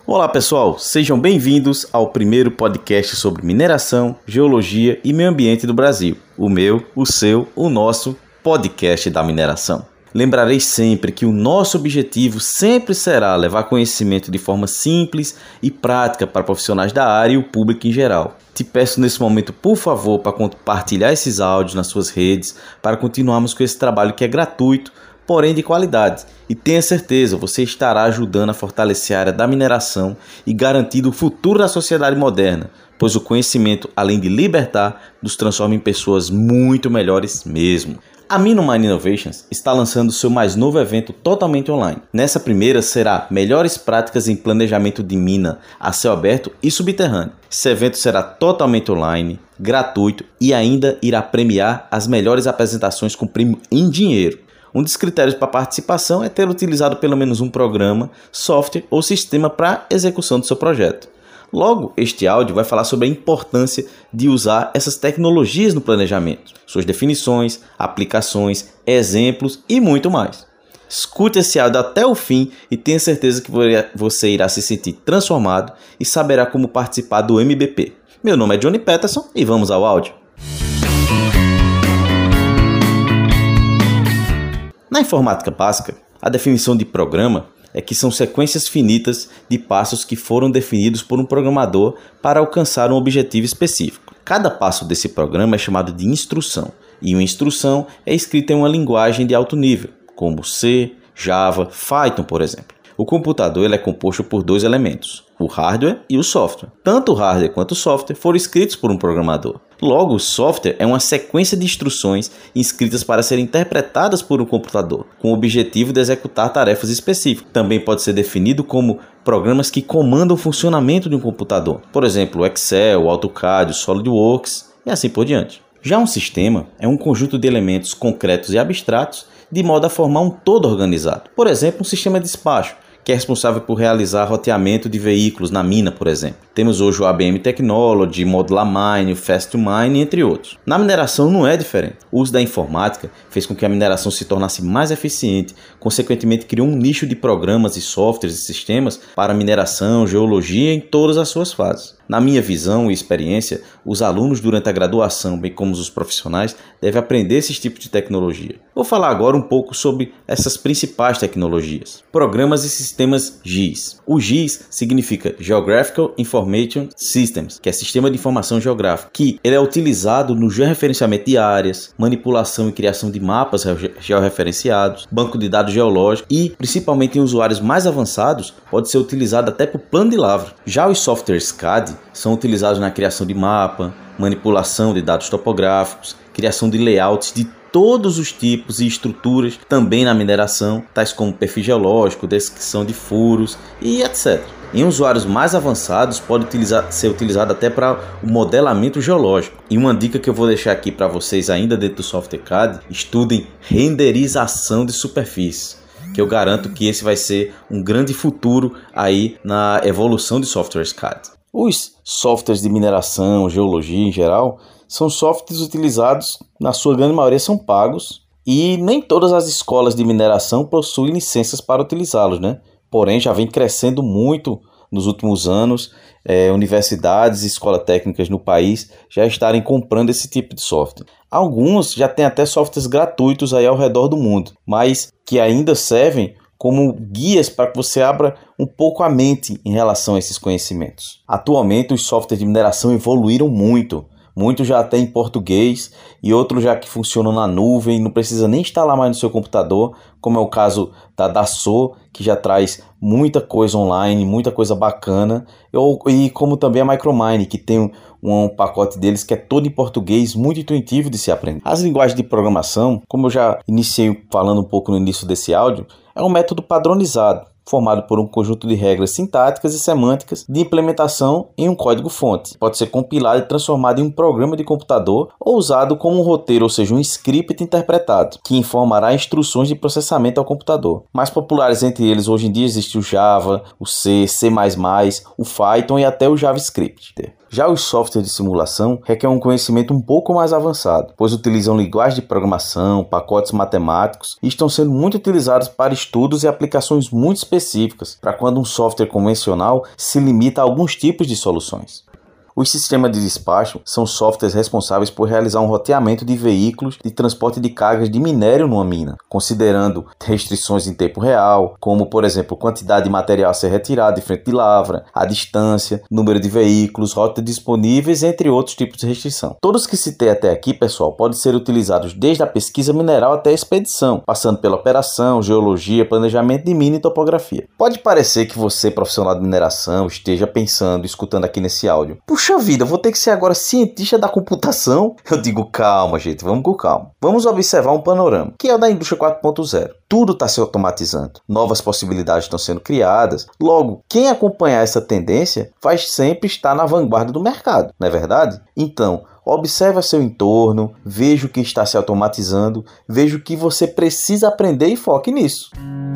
Olá pessoal, sejam bem-vindos ao primeiro podcast sobre mineração, geologia e meio ambiente do Brasil. O meu, o seu, o nosso podcast da mineração. Lembrarei sempre que o nosso objetivo sempre será levar conhecimento de forma simples e prática para profissionais da área e o público em geral. Te peço nesse momento, por favor, para compartilhar esses áudios nas suas redes, para continuarmos com esse trabalho que é gratuito, porém de qualidade. E tenha certeza, você estará ajudando a fortalecer a área da mineração e garantindo o futuro da sociedade moderna, pois o conhecimento, além de libertar, nos transforma em pessoas muito melhores mesmo. A MinoMine Innovations está lançando seu mais novo evento totalmente online. Nessa primeira será Melhores Práticas em Planejamento de Mina a Céu Aberto e Subterrâneo. Esse evento será totalmente online, gratuito e ainda irá premiar as melhores apresentações com prêmio em dinheiro. Um dos critérios para participação é ter utilizado pelo menos um programa, software ou sistema para execução do seu projeto. Logo, este áudio vai falar sobre a importância de usar essas tecnologias no planejamento, suas definições, aplicações, exemplos e muito mais. Escute esse áudio até o fim e tenha certeza que você irá se sentir transformado e saberá como participar do MBP. Meu nome é Johnny Peterson e vamos ao áudio. Na informática básica, a definição de programa é que são sequências finitas de passos que foram definidos por um programador para alcançar um objetivo específico. Cada passo desse programa é chamado de instrução, e uma instrução é escrita em uma linguagem de alto nível, como C, Java, Python, por exemplo. O computador é composto por dois elementos, o hardware e o software. Tanto o hardware quanto o software foram escritos por um programador. Logo, o software é uma sequência de instruções escritas para serem interpretadas por um computador, com o objetivo de executar tarefas específicas. Também pode ser definido como programas que comandam o funcionamento de um computador, por exemplo, o Excel, o AutoCAD, o SolidWorks e assim por diante. Já um sistema é um conjunto de elementos concretos e abstratos de modo a formar um todo organizado. Por exemplo, um sistema de despacho, que é responsável por realizar roteamento de veículos na mina, por exemplo. Temos hoje o ABM Technology, Modular Mine, o Fast2Mine, entre outros. Na mineração não é diferente. O uso da informática fez com que a mineração se tornasse mais eficiente, consequentemente criou um nicho de programas e softwares e sistemas para mineração, geologia em todas as suas fases. Na minha visão e experiência, os alunos durante a graduação, bem como os profissionais, devem aprender esses tipos de tecnologia. Vou falar agora um pouco sobre essas principais tecnologias. Programas e sistemas GIS. O GIS significa Geographical Information Systems, que é Sistema de Informação Geográfica, que ele é utilizado no georreferenciamento de áreas, manipulação e criação de mapas georreferenciados, banco de dados geológicos e, principalmente em usuários mais avançados, pode ser utilizado até por plano de lavra. Já os softwares CAD são utilizados na criação de mapa, manipulação de dados topográficos, criação de layouts de todos os tipos e estruturas, também na mineração, tais como perfil geológico, descrição de furos e etc. Em usuários mais avançados, pode ser utilizado até para o modelamento geológico. E uma dica que eu vou deixar aqui para vocês ainda dentro do software CAD, estudem renderização de superfície, que eu garanto que esse vai ser um grande futuro aí na evolução de softwares CAD. Os softwares de mineração, geologia em geral, são softwares utilizados, na sua grande maioria são pagos, e nem todas as escolas de mineração possuem licenças para utilizá-los, né? Porém, já vem crescendo muito nos últimos anos, universidades e escolas técnicas no país já estarem comprando esse tipo de software. Alguns já têm até softwares gratuitos aí ao redor do mundo, mas que ainda servem como guias para que você abra um pouco a mente em relação a esses conhecimentos. Atualmente, os softwares de mineração evoluíram muito. Muitos já têm em português e outros já que funcionam na nuvem, não precisa nem instalar mais no seu computador, como é o caso da Dassault, que já traz muita coisa online, muita coisa bacana, e como também a Micromine, que tem um pacote deles que é todo em português, muito intuitivo de se aprender. As linguagens de programação, como eu já iniciei falando um pouco no início desse áudio, é um método padronizado, formado por um conjunto de regras sintáticas e semânticas de implementação em um código-fonte. Pode ser compilado e transformado em um programa de computador ou usado como um roteiro, ou seja, um script interpretado, que informará instruções de processamento ao computador. Mais populares entre eles hoje em dia existem o Java, o C, C++, o Python e até o JavaScript. Já os softwares de simulação requerem um conhecimento um pouco mais avançado, pois utilizam linguagem de programação, pacotes matemáticos e estão sendo muito utilizados para estudos e aplicações muito específicas, para quando um software convencional se limita a alguns tipos de soluções. Os sistemas de despacho são softwares responsáveis por realizar um roteamento de veículos de transporte de cargas de minério numa mina, considerando restrições em tempo real, como, por exemplo, quantidade de material a ser retirado de frente de lavra, a distância, número de veículos, rotas disponíveis, entre outros tipos de restrição. Todos que citei até aqui, pessoal, podem ser utilizados desde a pesquisa mineral até a expedição, passando pela operação, geologia, planejamento de mina e topografia. Pode parecer que você, profissional de mineração, esteja pensando, escutando aqui nesse áudio: puxa vida, eu vou ter que ser agora cientista da computação? Eu digo, calma, gente, vamos com calma. Vamos observar um panorama, que é o da indústria 4.0. Tudo está se automatizando, novas possibilidades estão sendo criadas. Logo, quem acompanhar essa tendência vai sempre estar na vanguarda do mercado, não é verdade? Então, observe seu entorno, veja o que está se automatizando, veja o que você precisa aprender e foque nisso.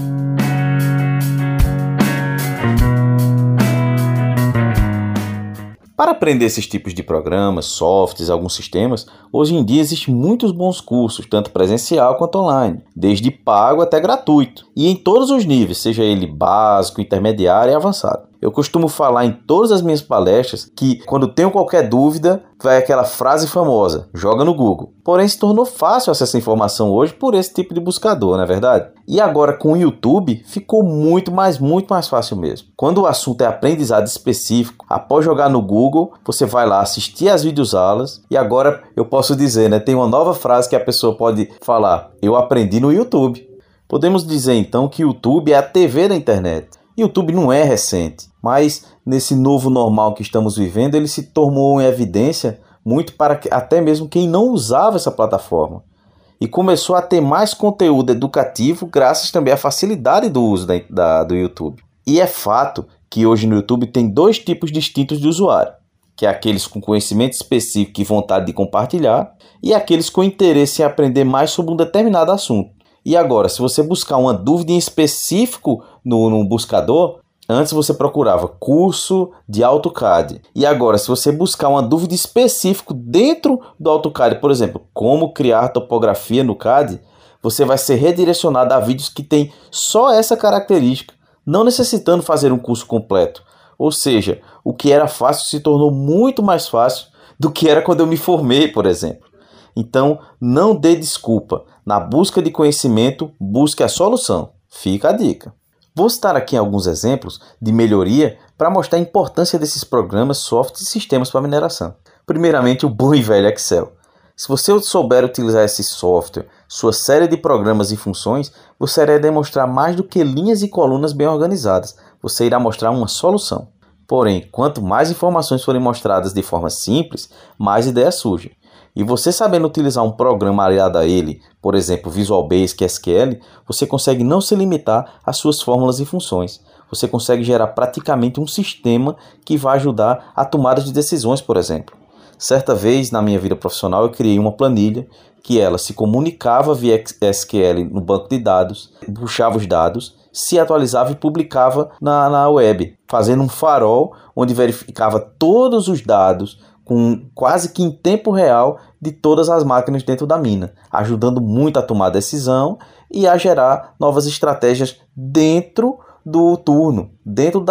Para aprender esses tipos de programas, softwares, alguns sistemas, hoje em dia existem muitos bons cursos, tanto presencial quanto online, desde pago até gratuito, e em todos os níveis, seja ele básico, intermediário e avançado. Eu costumo falar em todas as minhas palestras que, quando tenho qualquer dúvida, vai aquela frase famosa: joga no Google. Porém, se tornou fácil acessar informação hoje por esse tipo de buscador, não é verdade? E agora com o YouTube, ficou muito mais fácil mesmo. Quando o assunto é aprendizado específico, após jogar no Google, você vai lá assistir as videoaulas e agora eu posso dizer, né, tem uma nova frase que a pessoa pode falar: eu aprendi no YouTube. Podemos dizer então que o YouTube é a TV da internet. YouTube não é recente, mas nesse novo normal que estamos vivendo, ele se tornou em evidência muito para até mesmo quem não usava essa plataforma. E começou a ter mais conteúdo educativo graças também à facilidade do uso do YouTube. E é fato que hoje no YouTube tem dois tipos distintos de usuário, que é aqueles com conhecimento específico e vontade de compartilhar, e aqueles com interesse em aprender mais sobre um determinado assunto. E agora, se você buscar uma dúvida em específico no buscador, antes você procurava curso de AutoCAD. E agora, se você buscar uma dúvida específica dentro do AutoCAD, por exemplo, como criar topografia no CAD, você vai ser redirecionado a vídeos que têm só essa característica, não necessitando fazer um curso completo. Ou seja, o que era fácil se tornou muito mais fácil do que era quando eu me formei, por exemplo. Então, não dê desculpa. Na busca de conhecimento, busque a solução. Fica a dica. Vou citar aqui alguns exemplos de melhoria para mostrar a importância desses programas, softwares e sistemas para mineração. Primeiramente, o bom e velho Excel. Se você souber utilizar esse software, sua série de programas e funções, você irá demonstrar mais do que linhas e colunas bem organizadas. Você irá mostrar uma solução. Porém, quanto mais informações forem mostradas de forma simples, mais ideias surgem. E você sabendo utilizar um programa aliado a ele, por exemplo, Visual Basic SQL, você consegue não se limitar às suas fórmulas e funções. Você consegue gerar praticamente um sistema que vai ajudar a tomada de decisões, por exemplo. Certa vez, na minha vida profissional, eu criei uma planilha que ela se comunicava via SQL no banco de dados, puxava os dados, se atualizava e publicava na web, fazendo um farol onde verificava todos os dados, com quase que em tempo real de todas as máquinas dentro da mina, ajudando muito a tomar decisão e a gerar novas estratégias dentro do turno, dentro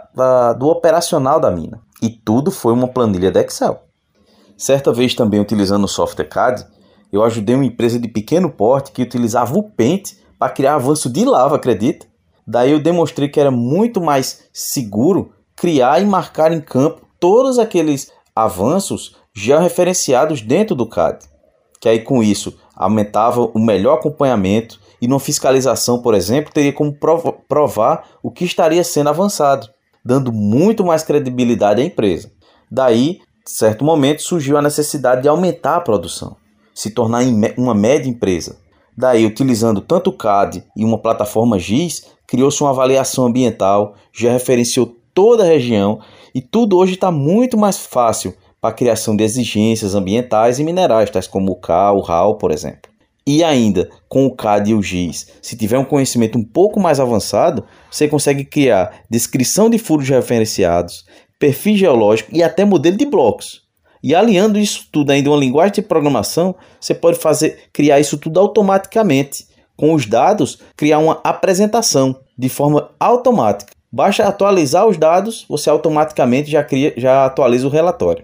do operacional da mina. E tudo foi uma planilha de Excel. Certa vez também utilizando o software CAD, eu ajudei uma empresa de pequeno porte que utilizava o Paint para criar avanço de lava, acredita? Daí eu demonstrei que era muito mais seguro criar e marcar em campo todos aqueles avanços já referenciados dentro do CAD, que aí com isso aumentava o melhor acompanhamento e numa fiscalização, por exemplo, teria como provar o que estaria sendo avançado, dando muito mais credibilidade à empresa. Daí, em certo momento, surgiu a necessidade de aumentar a produção, se tornar uma média empresa. Daí, utilizando tanto o CAD e uma plataforma GIS, criou-se uma avaliação ambiental, já referenciou toda a região e tudo hoje está muito mais fácil para a criação de exigências ambientais e minerais, tais como o K, o RAL, por exemplo. E ainda, com o CAD e o GIS, se tiver um conhecimento um pouco mais avançado, você consegue criar descrição de furos referenciados, perfil geológico e até modelo de blocos. E aliando isso tudo ainda uma linguagem de programação, você pode criar isso tudo automaticamente. Com os dados, criar uma apresentação de forma automática. Basta atualizar os dados, você automaticamente já atualiza o relatório.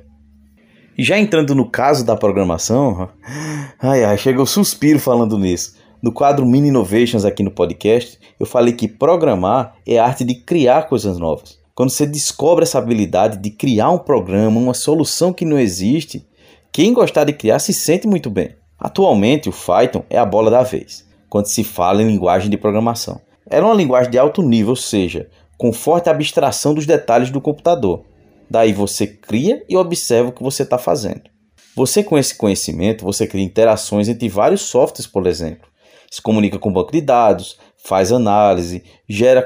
E já entrando no caso da programação, chega o suspiro falando nisso. No quadro Mini Innovations aqui no podcast, eu falei que programar é a arte de criar coisas novas. Quando você descobre essa habilidade de criar um programa, uma solução que não existe, quem gostar de criar se sente muito bem. Atualmente, o Python é a bola da vez, quando se fala em linguagem de programação. Ela é uma linguagem de alto nível, ou seja, com forte abstração dos detalhes do computador. Daí você cria e observa o que você está fazendo. Você, com esse conhecimento, você cria interações entre vários softwares, por exemplo. Se comunica com o banco de dados, faz análise, gera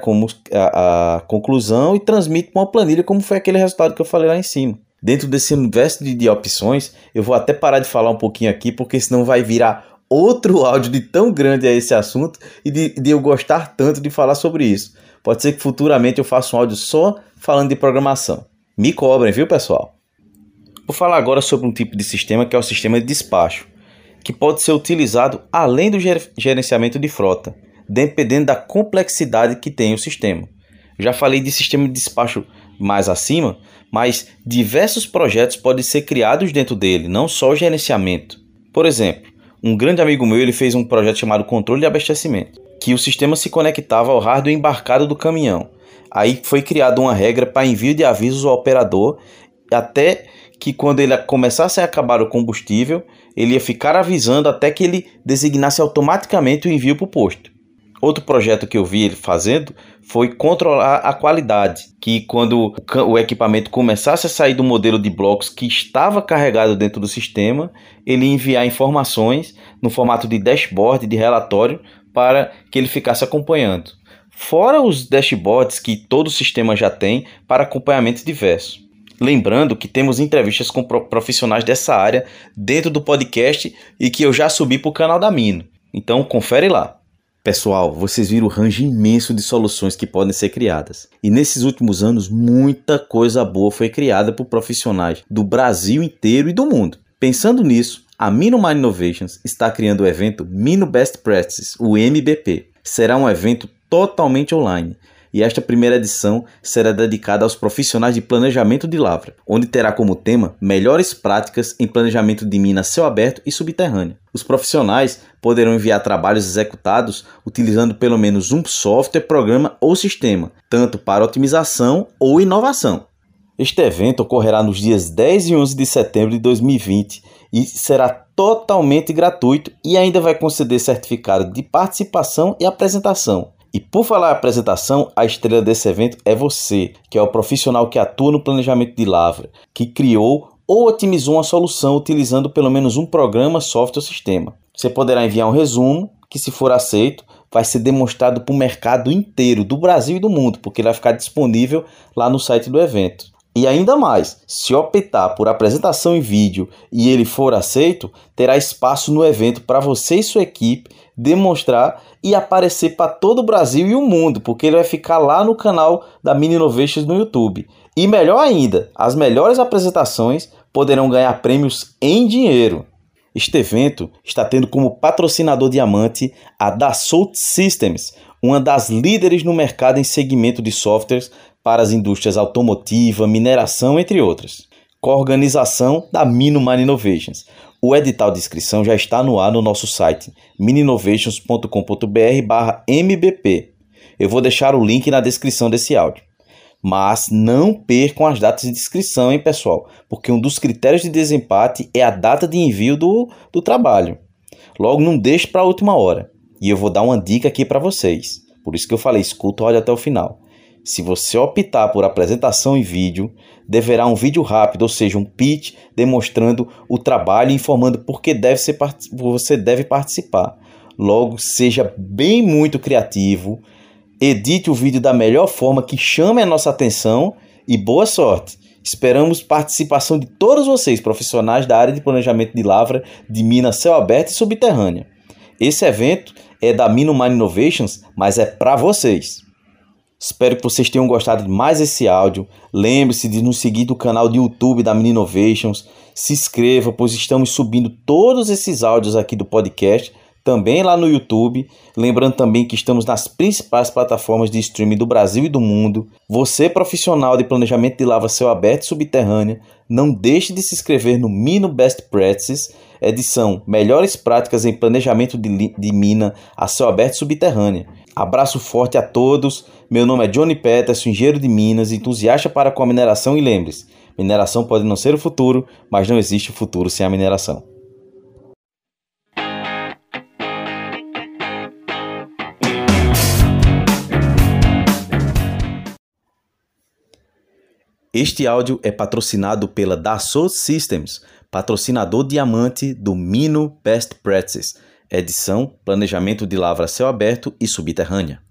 a conclusão e transmite para uma planilha, como foi aquele resultado que eu falei lá em cima. Dentro desse universo de opções, eu vou até parar de falar um pouquinho aqui, porque senão vai virar outro áudio de tão grande a esse assunto e de eu gostar tanto de falar sobre isso. Pode ser que futuramente eu faça um áudio só falando de programação. Me cobrem, viu, pessoal? Vou falar agora sobre um tipo de sistema que é o sistema de despacho, que pode ser utilizado além do gerenciamento de frota, dependendo da complexidade que tem o sistema. Já falei de sistema de despacho mais acima, mas diversos projetos podem ser criados dentro dele, não só o gerenciamento. Por exemplo, um grande amigo meu ele fez um projeto chamado controle de abastecimento, que o sistema se conectava ao hardware embarcado do caminhão. Aí foi criada uma regra para envio de avisos ao operador, até que quando ele começasse a acabar o combustível, ele ia ficar avisando até que ele designasse automaticamente o envio para o posto. Outro projeto que eu vi ele fazendo foi controlar a qualidade, que quando o equipamento começasse a sair do modelo de blocos que estava carregado dentro do sistema, ele enviar informações no formato de dashboard, de relatório, para que ele ficasse acompanhando. Fora os dashboards que todo sistema já tem para acompanhamento diverso. Lembrando que temos entrevistas com profissionais dessa área dentro do podcast e que eu já subi para o canal da Mino. Então confere lá. Pessoal, vocês viram o range imenso de soluções que podem ser criadas. E nesses últimos anos, muita coisa boa foi criada por profissionais do Brasil inteiro e do mundo. Pensando nisso, a Mino Mind Innovations está criando o evento Mino Best Practices, o MBP. Será um evento totalmente online. E esta primeira edição será dedicada aos profissionais de planejamento de lavra, onde terá como tema melhores práticas em planejamento de mina a céu aberto e subterrânea. Os profissionais poderão enviar trabalhos executados utilizando pelo menos um software, programa ou sistema, tanto para otimização ou inovação. Este evento ocorrerá nos dias 10 e 11 de setembro de 2020 e será totalmente gratuito e ainda vai conceder certificado de participação e apresentação. E por falar em apresentação, a estrela desse evento é você, que é o profissional que atua no planejamento de lavra, que criou ou otimizou uma solução utilizando pelo menos um programa, software ou sistema. Você poderá enviar um resumo, que se for aceito, vai ser demonstrado para o mercado inteiro, do Brasil e do mundo, porque ele vai ficar disponível lá no site do evento. E ainda mais, se optar por apresentação em vídeo e ele for aceito, terá espaço no evento para você e sua equipe demonstrar e aparecer para todo o Brasil e o mundo, porque ele vai ficar lá no canal da Mini Innovations no YouTube. E melhor ainda, as melhores apresentações poderão ganhar prêmios em dinheiro. Este evento está tendo como patrocinador diamante a Dassault Systems, uma das líderes no mercado em segmento de softwares para as indústrias automotiva, mineração, entre outras. Com a organização da Mino Mind Innovations. O edital de inscrição já está no ar no nosso site mininovations.com.br/mbp. Eu vou deixar o link na descrição desse áudio. Mas não percam as datas de inscrição, hein, pessoal? Porque um dos critérios de desempate é a data de envio do trabalho. Logo, não deixe para a última hora. E eu vou dar uma dica aqui para vocês. Por isso que eu falei, escuta o áudio até o final. Se você optar por apresentação em vídeo, deverá um vídeo rápido, ou seja, um pitch, demonstrando o trabalho e informando por que você deve participar. Logo, seja bem muito criativo, edite o vídeo da melhor forma que chame a nossa atenção e boa sorte! Esperamos participação de todos vocês, profissionais da área de planejamento de lavra de mina a céu aberto e subterrânea. Esse evento é da Mino Mind Innovations, mas é para vocês. Espero que vocês tenham gostado de mais esse áudio. Lembre-se de nos seguir no canal do YouTube da Mininovations. Se inscreva, pois estamos subindo todos esses áudios aqui do podcast, também lá no YouTube. Lembrando também que estamos nas principais plataformas de streaming do Brasil e do mundo. Você, profissional de planejamento de lavra a céu aberto e subterrânea, não deixe de se inscrever no Mino Best Practices, edição Melhores Práticas em Planejamento de Mina a Céu Aberto e Subterrânea. Abraço forte a todos. Meu nome é Johnny Peterson, engenheiro de Minas, entusiasta para com a mineração, e lembre-se, mineração pode não ser o futuro, mas não existe futuro sem a mineração. Este áudio é patrocinado pela Dassault Systems, patrocinador diamante do Mino Best Practices, edição Planejamento de Lavra a Céu Aberto e Subterrânea.